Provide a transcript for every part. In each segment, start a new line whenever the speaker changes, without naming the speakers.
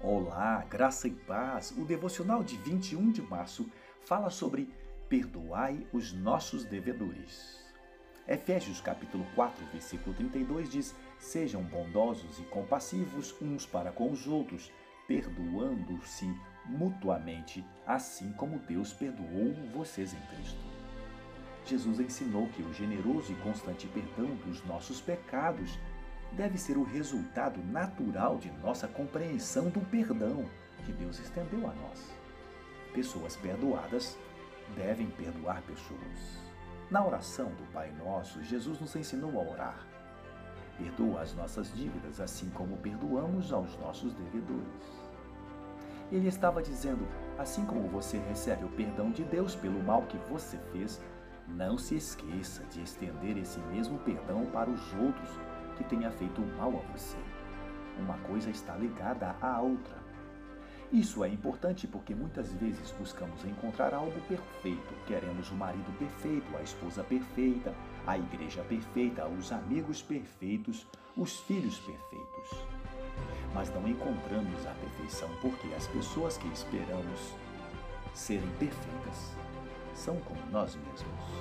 Olá, graça e paz. O devocional de 21 de março fala sobre perdoai os nossos devedores. Efésios capítulo 4, versículo 32 diz: Sejam bondosos e compassivos uns para com os outros, perdoando-se mutuamente, assim como Deus perdoou vocês em Cristo. Jesus ensinou que o generoso e constante perdão dos nossos pecados deve ser o resultado natural de nossa compreensão do perdão que Deus estendeu a nós. Pessoas perdoadas devem perdoar pessoas. Na oração do Pai Nosso, Jesus nos ensinou a orar. Perdoa as nossas dívidas, assim como perdoamos aos nossos devedores. Ele estava dizendo, assim como você recebe o perdão de Deus pelo mal que você fez, não se esqueça de estender esse mesmo perdão para os outros que tenha feito mal a você. Uma coisa está ligada à outra. Isso é importante porque muitas vezes buscamos encontrar algo perfeito. Queremos o marido perfeito, a esposa perfeita, a igreja perfeita, os amigos perfeitos, os filhos perfeitos. Mas não encontramos a perfeição porque as pessoas que esperamos serem perfeitas são como nós mesmos.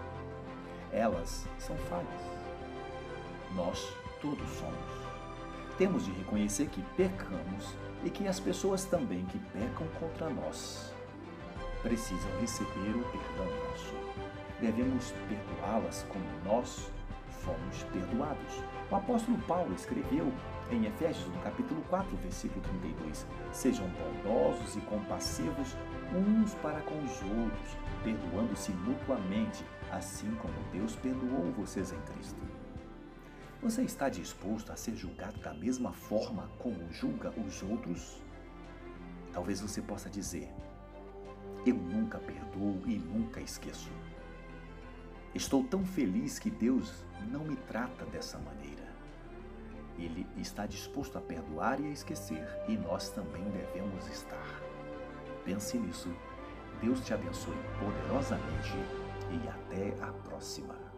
Elas são falhas. Nós todos somos. Temos de reconhecer que pecamos e que as pessoas também que pecam contra nós precisam receber o perdão nosso. Devemos perdoá-las como nós fomos perdoados. O apóstolo Paulo escreveu em Efésios, no capítulo 4, versículo 32, Sejam bondosos e compassivos uns para com os outros, perdoando-se mutuamente, assim como Deus perdoou vocês em Cristo. Você está disposto a ser julgado da mesma forma como julga os outros? Talvez você possa dizer, eu nunca perdoo e nunca esqueço. Estou tão feliz que Deus não me trata dessa maneira. Ele está disposto a perdoar e a esquecer, e nós também devemos estar. Pense nisso. Deus te abençoe poderosamente e até a próxima.